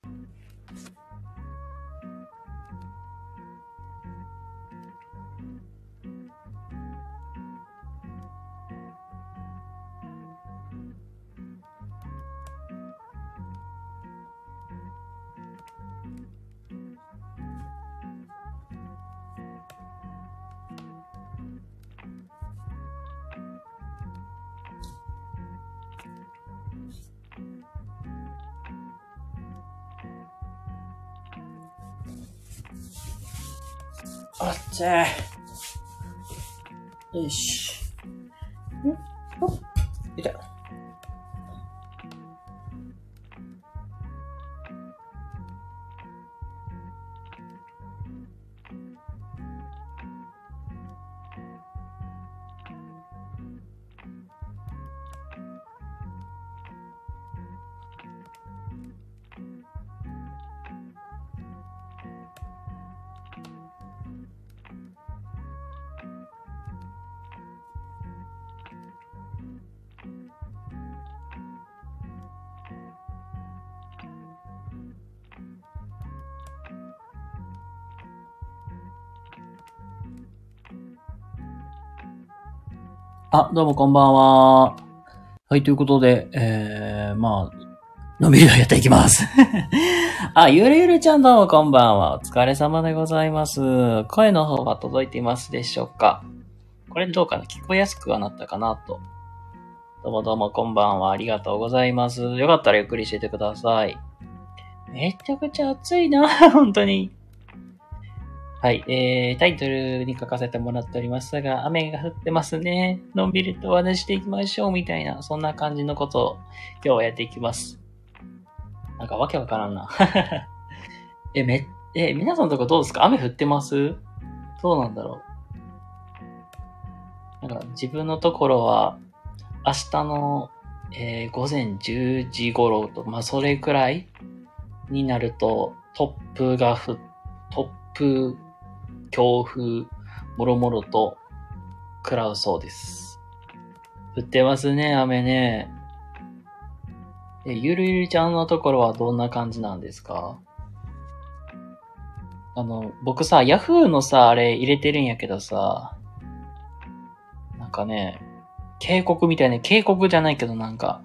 あっちゃー。よし。いた。あ、どうもこんばんは。はい、ということで、のんびりとやっていきます。あ、ゆるゆるちゃんどうもこんばんは。お疲れ様でございます。声の方は届いていますでしょうか？これどうかな？聞こえやすくはなったかなと。どうもどうもこんばんは。ありがとうございます。よかったらゆっくりしててください。めちゃくちゃ暑いな、本当に。はい、タイトルに書かせてもらっておりますが、雨が降ってますね。のんびりとお話していきましょうみたいな、そんな感じのことを今日はやっていきます。なんかわけわからんな。皆さんのとこどうですか？雨降ってます？どうなんだろう。なんか自分のところは明日の、午前10時頃と、それくらいになると突風、強風、もろもろと食らうそうです。降ってますね、雨ね。ゆるゆるちゃんのところはどんな感じなんですか？僕さ、ヤフーのさ、あれ入れてるんやけどさ、なんかね、警告みたいな、警告じゃないけどなんか、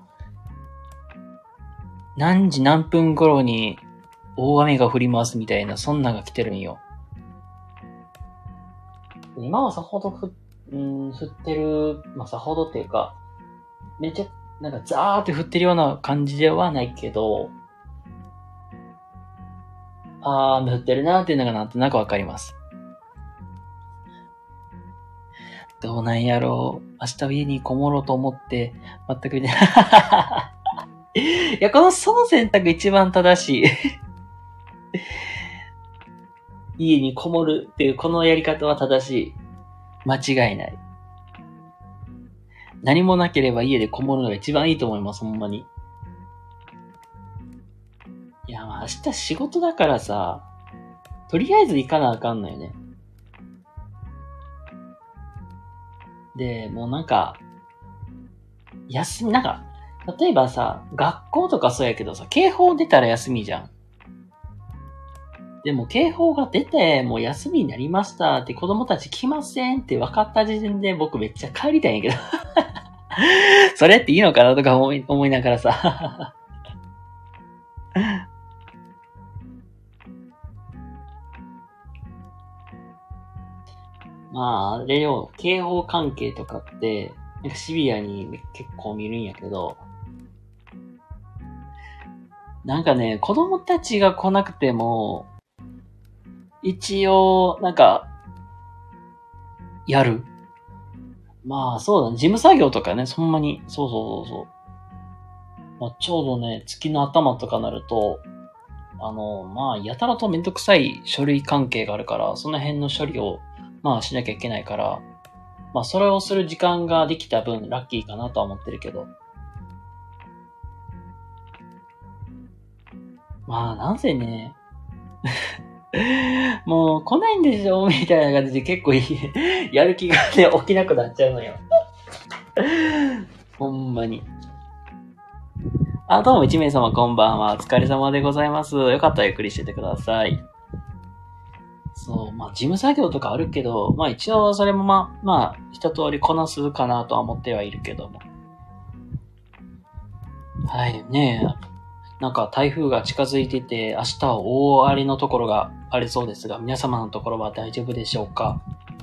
何時何分頃に大雨が降りますみたいな、そんなが来てるんよ。今はさほど降ってる、さほどっていうか、めっちゃ、なんかザーって降ってるような感じではないけど、雨降ってるなーっていうのがなんとなくわかります。どうなんやろう。明日は家にこもろうと思って、全く見てない。いや、その選択一番正しい。家にこもるっていうこのやり方は正しい。間違いない。何もなければ家でこもるのが一番いいと思います、ほんまに。いや、明日仕事だからさ、とりあえず行かなあかんのよね。で、もうなんか、例えばさ、学校とかそうやけどさ、警報出たら休みじゃん。でも警報が出て、もう休みになりましたって子供たち来ませんって分かった時点で僕めっちゃ帰りたいんやけど。それっていいのかなとか思いながらさ。あれよ、警報関係とかって、なんかシビアに結構見るんやけど、なんかね、子供たちが来なくても、一応、やる。そうだね。事務作業とかね、そんなに、そう。ちょうどね、月の頭とかなると、やたらとめんどくさい書類関係があるから、その辺の処理を、しなきゃいけないから、それをする時間ができた分、ラッキーかなとは思ってるけど。なんせね、もう来ないんでしょみたいな感じで結構やる気がね、起きなくなっちゃうのよ。ほんまに。 あ、どうも一名様こんばんは。お疲れ様でございます。よかったらゆっくりしててください。そう、まあ、事務作業とかあるけど、まあ一応それもまあ、一通りこなすかなとは思ってはいるけども。はい、ねえ。なんか台風が近づいていて、明日は大荒れのところがありそうですが、皆様のところは大丈夫でしょうか？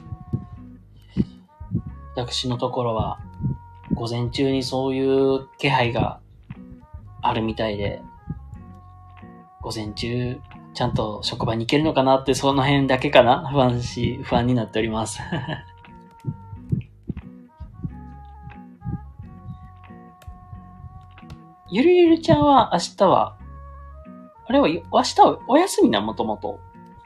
私のところは、午前中にそういう気配があるみたいで、午前中、ちゃんと職場に行けるのかなって、その辺だけかな？不安になっております。ゆるゆるちゃんは明日は、あれは、明日はお休みな、もともと。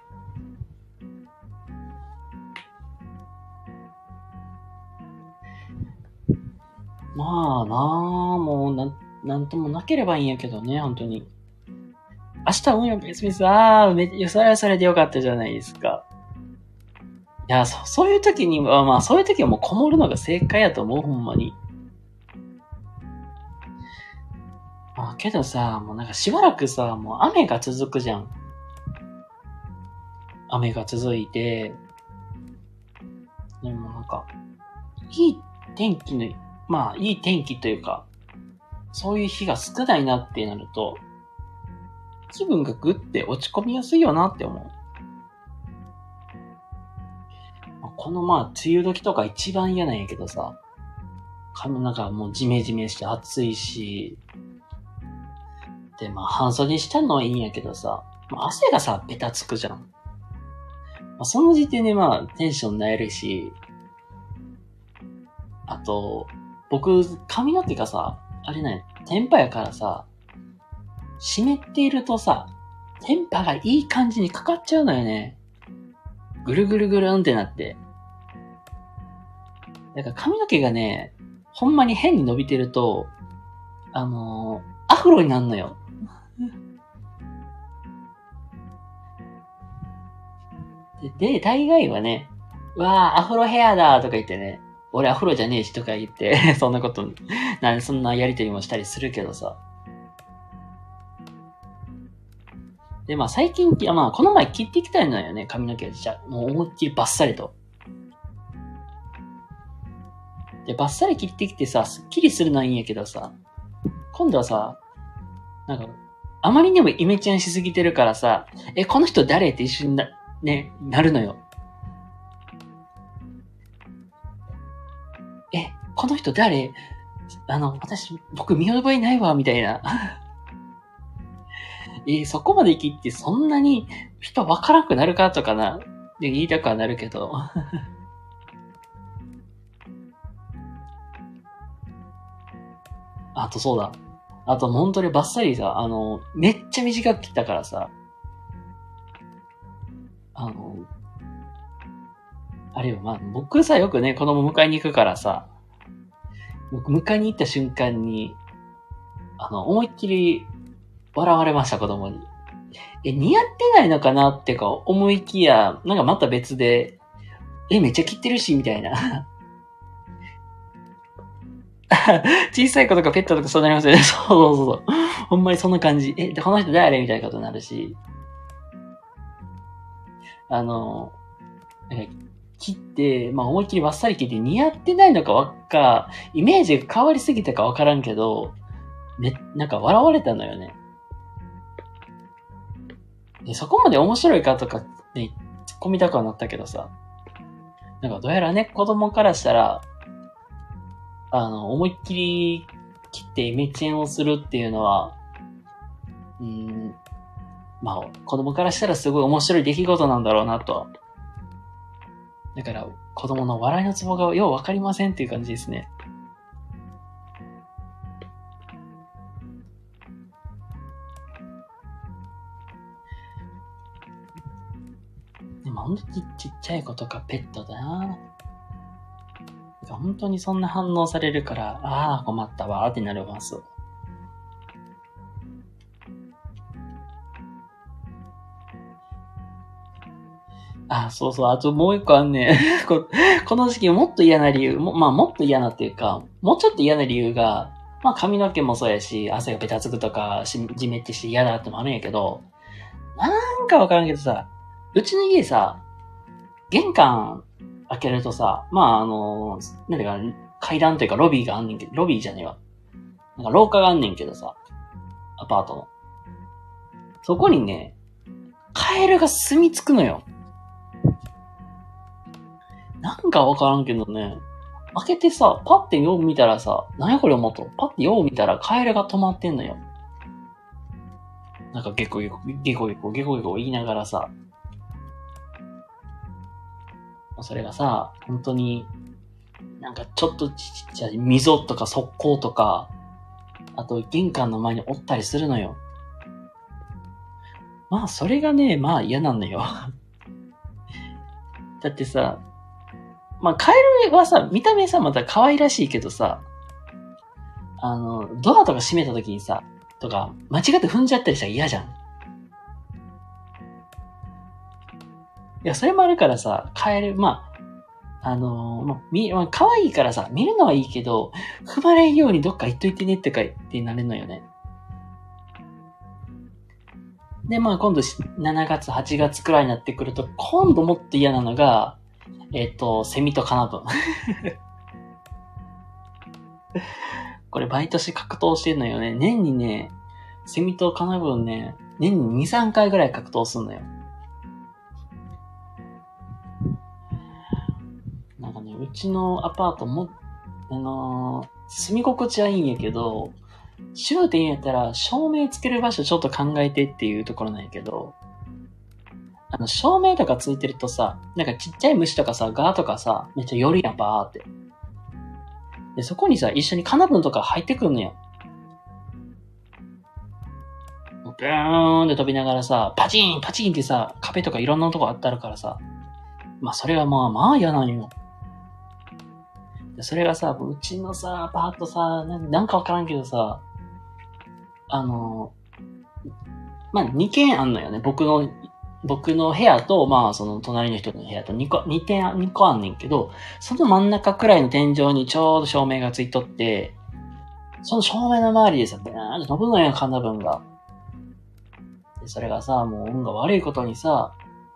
まあなあ、もうなんともなければいいんやけどね、本当に。明日運よく休みです。それはそれでよかったじゃないですか。いや、そういう時には、まあそういう時はもうこもるのが正解やと思う、ほんまに。まあけどさ、もうなんかしばらくさ、もう雨が続くじゃん。雨が続いて、でもなんか、いい天気の、まあいい天気というか、そういう日が少ないなってなると、気分がぐって落ち込みやすいよなって思う。このまあ、梅雨時とか一番嫌なんやけどさ、なんかもうジメジメして暑いし、でまあ半袖したのはいいんやけどさ、汗がさ、ベタつくじゃん。その時点でまあ、テンションなえるし、あと、僕、髪の毛がさ、あれね、テンパやからさ、湿っているとさ、テンパがいい感じにかかっちゃうのよね。ぐるぐるぐるんってなって。だから髪の毛がね、ほんまに変に伸びてると、アフロになるのよ。で、大概はね、アフロヘアだとか言ってね、俺アフロじゃねえしとか言ってそんなこと、そんなやりとりもしたりするけどさ。で、まあ最近、まあこの前切ってきたのよね、髪の毛もう思いっきりバッサリと。で、バッサリ切ってきてさ、スッキリするのはいいんやけどさ、今度はさ、なんか、あまりにもイメチェンしすぎてるからさ、この人誰って一瞬なるのよ。この人誰？僕見覚えないわ、みたいな。そこまで切ってそんなに人わからなくなるかとかな。で、言いたくはなるけど。あとそうだ。あと本当にバッサリさ、めっちゃ短く切ったからさ、あれよ、まあ、僕さ、よくね、子供迎えに行くからさ、僕迎えに行った瞬間に、思いっきり笑われました、子供に。似合ってないのかなってか思いきや、なんかまた別で、めっちゃ切ってるし、みたいな。小さい子とかペットとかそうなりますよね。そう。ほんまにそんな感じ。この人誰みたいなことになるし。切って、まあ思いっきりバッサリ切って似合ってないのかイメージが変わりすぎたかわからんけど、なんか笑われたのよね。でそこまで面白いかとかね、突っ込みたくはなったけどさ。なんかどうやらね、子供からしたら、思いっきり切ってイメチェンをするっていうのは、まあ、子供からしたらすごい面白い出来事なんだろうなと。だから、子供の笑いのツボがようわかりませんっていう感じですね。でも、ほんとちっちゃい子とかペットだな。本当にそんな反応されるから、困ったわーってなります。そう。あともう一個あんねこの時期もっと嫌な理由、もっと嫌なっていうか、もうちょっと嫌な理由が、 まあ髪の毛もそうやし、汗がベタつくとか、じめってして嫌だってもあるんやけど、なんかわからんけどさ、うちの家さ、玄関開けるとさ、まあなんていうか、階段というかロビーがあんねんけど、ロビーじゃねえわ。なんか廊下があんねんけどさ、アパートの。そこにね、カエルが住み着くのよ。なんかわからんけどね、開けてさ、パッてよう見たらさ、なんやこれ思うと、パッてよう見たらカエルが止まってんのよ。なんかゲコゲコ言いながらさ、それがさ、本当に、なんかちょっとちっちゃい溝とか側溝とか、あと玄関の前におったりするのよ。まあそれがね、まあ嫌なんだよ。だってさ、まあカエルはさ、見た目さ、また可愛らしいけどさ、ドアとか閉めた時にさ、とか、間違って踏んじゃったりしたら嫌じゃん。いや、それもあるからさ、カエル、まあ、可愛いからさ、見るのはいいけど、踏まれんようにどっか行っといてねってかいってなるのよね。で、まあ今度7月、8月くらいになってくると、今度もっと嫌なのが、セミとカナブン。これ毎年格闘してんのよね。年にね、セミとカナブンね、年に2、3回ぐらい格闘すんのよ。なんかね、うちのアパートも、住み心地はいいんやけど、終点やったら照明つける場所ちょっと考えてっていうところなんやけど、照明とかついてるとさ、なんかちっちゃい虫とかさ、ガーとかさ、めっちゃ寄るやん、バーって。で、そこにさ、一緒にカナブンとか入ってくんのよ。ブーンって飛びながらさ、パチンパチンってさ、壁とかいろんなとこあったるからさ、まあそれはまあ嫌なんよ。それがさ、うちのさ、アパートさ、なんかわからんけどさ、まあ2軒あんのよね。僕の部屋と、まあその隣の人の部屋と2個あんねんけど、その真ん中くらいの天井にちょうど照明がついとって、その照明の周りでさ、ブーンって飛ぶのよ、カナブンが。で、それがさ、もう運が悪いことにさ、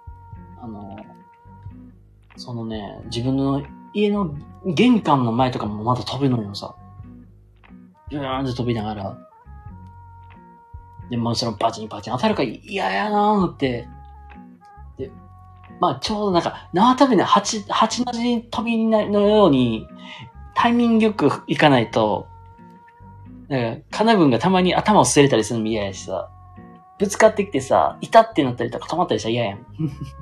そのね、自分の家の玄関の前とかもまだ飛ぶのよさ。ブーンって飛びながら。で、もちろんパチンパチン当たるから嫌やなーって。で、まあちょうどなんか、縄跳びの8の字飛びのように、タイミングよく行かないと、なんか、カナブンがたまに頭を擦れたりするのも嫌やしさ、ぶつかってきてさ、いたってなったりとか止まったりしたら嫌やん。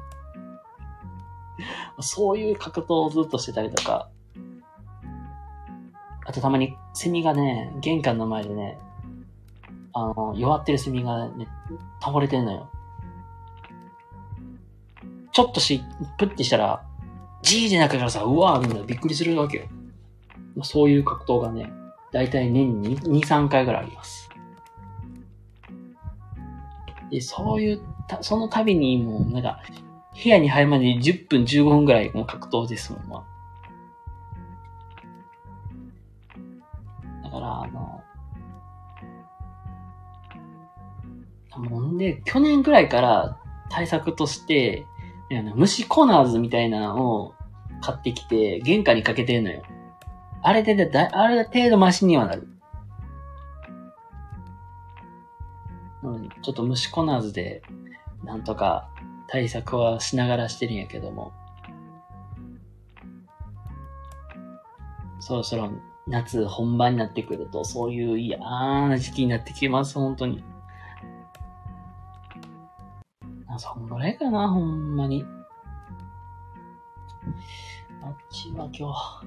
そういう格闘をずっとしてたりとか、あとたまにセミがね、玄関の前でね、弱ってるセミがね、倒れてんのよ。ちょっとプッてしたら、ジーって中からさ、うわーみんなびっくりするわけよ。そういう格闘がね、だいたい年に2、3回ぐらいあります。で、そういう、その度にもうなんか、部屋に入るまでに10分15分ぐらいもう格闘ですもん、まあ。だからもんで、去年ぐらいから対策として、虫コナーズみたいなのを買ってきて、玄関にかけてるのよ。あれである程度マシにはなる。ちょっと虫コナーズで、なんとか対策はしながらしてるんやけども。そろそろ夏本番になってくると、そういう嫌な時期になってきます、本当に。そんぐらいかな、ほんまに。あっちは今日。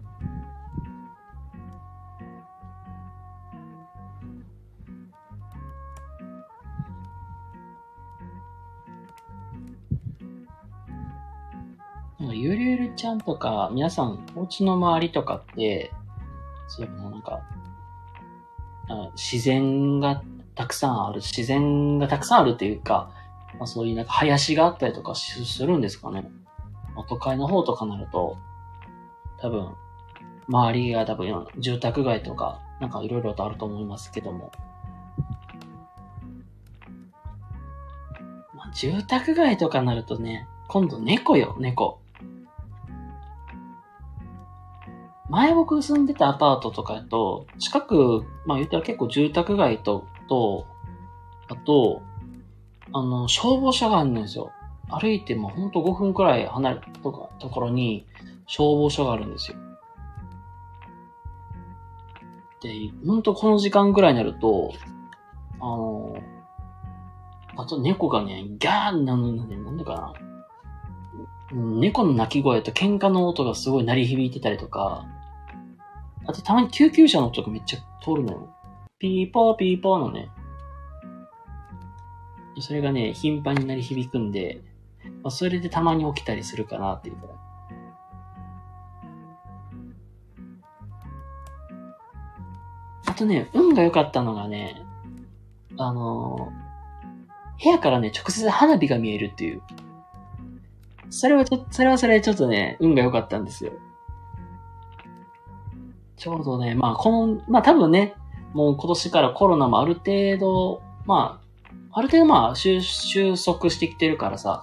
ゆるゆるちゃんとか、皆さん、お家の周りとかって、そういうのなんか、自然がたくさんあるっていうか、まあ、そういうなんか林があったりとかするんですかね。都会の方とかになると、多分、周りが住宅街とかなんかいろいろとあると思いますけども。まあ、住宅街とかになるとね、今度猫よ、猫。前僕住んでたアパートとかだと、近く、まあ言ったら結構住宅街と、あと、消防署があるんですよ。歩いてもほんと5分くらい離れたところに消防署があるんですよ。で、ほんとこの時間ぐらいになると、あと猫がね、ギャーなんでかな。猫の鳴き声と喧嘩の音がすごい鳴り響いてたりとか、あとたまに救急車の音がめっちゃ通るのよ。ピーポーピーポーのね。それがね、頻繁に鳴り響くんで、まあ、それでたまに起きたりするかなっていうくらい。あとね、運が良かったのがね、部屋からね、直接花火が見えるっていう。それはちょっとね、運が良かったんですよ。ちょうどね、まあ多分ね、もう今年からコロナもある程度収束してきてるからさ、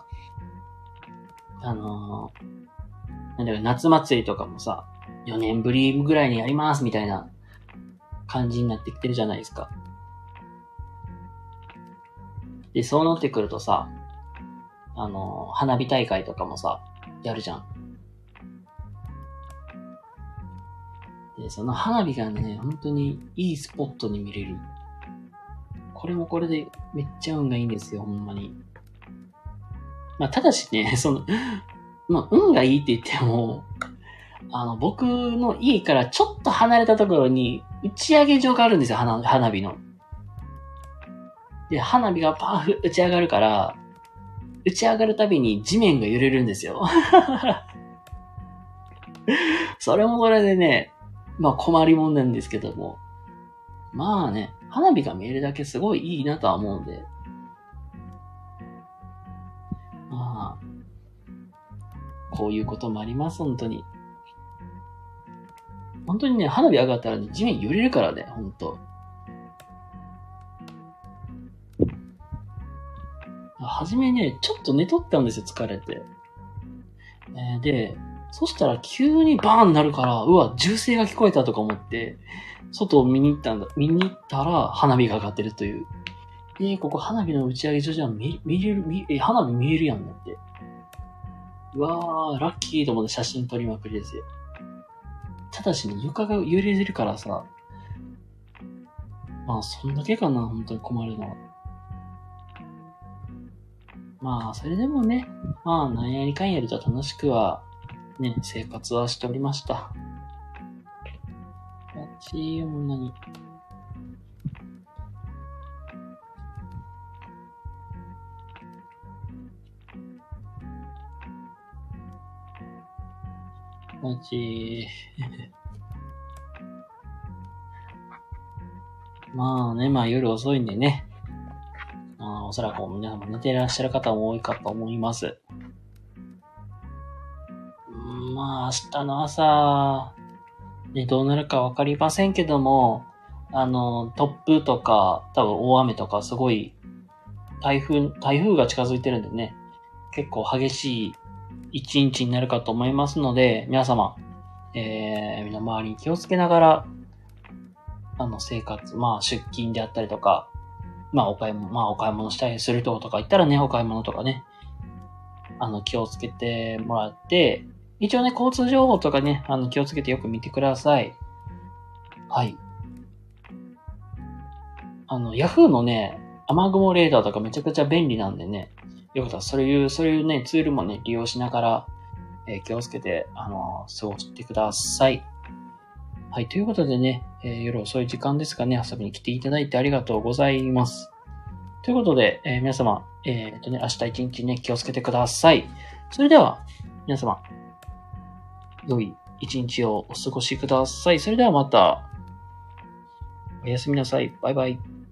夏祭りとかもさ、4年ぶりぐらいにやりますみたいな感じになってきてるじゃないですか。で、そうなってくるとさ、花火大会とかもさ、やるじゃん。で、その花火がね、本当にいいスポットに見れる。これもこれでめっちゃ運がいいんですよ、ほんまに。まあ、ただしね、まあ、運がいいって言っても、僕の家からちょっと離れたところに打ち上げ場があるんですよ、花火の。で、花火がパー打ち上がるから、打ち上がるたびに地面が揺れるんですよ。それもこれでね、まあ困りもんなんですけども。まあね、花火が見えるだけすごいいいなとは思うんで。まあ、こういうこともあります、本当に。本当にね、花火上がったらね、地面揺れるからね、本当。はじめね、ちょっと寝とったんですよ、疲れて。で、そしたら急にバーンなるから、うわ、銃声が聞こえたとか思って、外を見に行ったら花火が上がってるという。ここ花火の打ち上げ場じゃん、花火見えるやんだって。うわー、ラッキーと思って写真撮りまくりですよ。ただしね、床が揺れてるからさ、まあ、そんだけかな、本当に困るのは。まあ、それでもね、まあ、なんやりかんやりと楽しくは、ね、生活はしておりました。こんなに。まあね、まあ夜遅いんでね。おそらく皆様寝ていらっしゃる方も多いかと思います。まあ明日の朝、ね、どうなるかわかりませんけども、突風とか、多分大雨とかすごい、台風が近づいてるんでね、結構激しい一日になるかと思いますので、皆様、みんな周りに気をつけながら、生活、まあ出勤であったりとか、まあお買い物したりするとか言ったらね、お買い物とかね、気をつけてもらって、一応ね、交通情報とかね、気をつけてよく見てください。はい。ヤフーのね、雨雲レーダーとかめちゃくちゃ便利なんでね、よかったらそういうね、ツールもね、利用しながら、気をつけて、過ごしてください。はい、ということでね、夜遅い時間ですがね、遊びに来ていただいてありがとうございます。ということで、皆様、明日一日ね、気をつけてください。それでは、皆様、良い一日をお過ごしください。それではまた、おやすみなさい。バイバイ。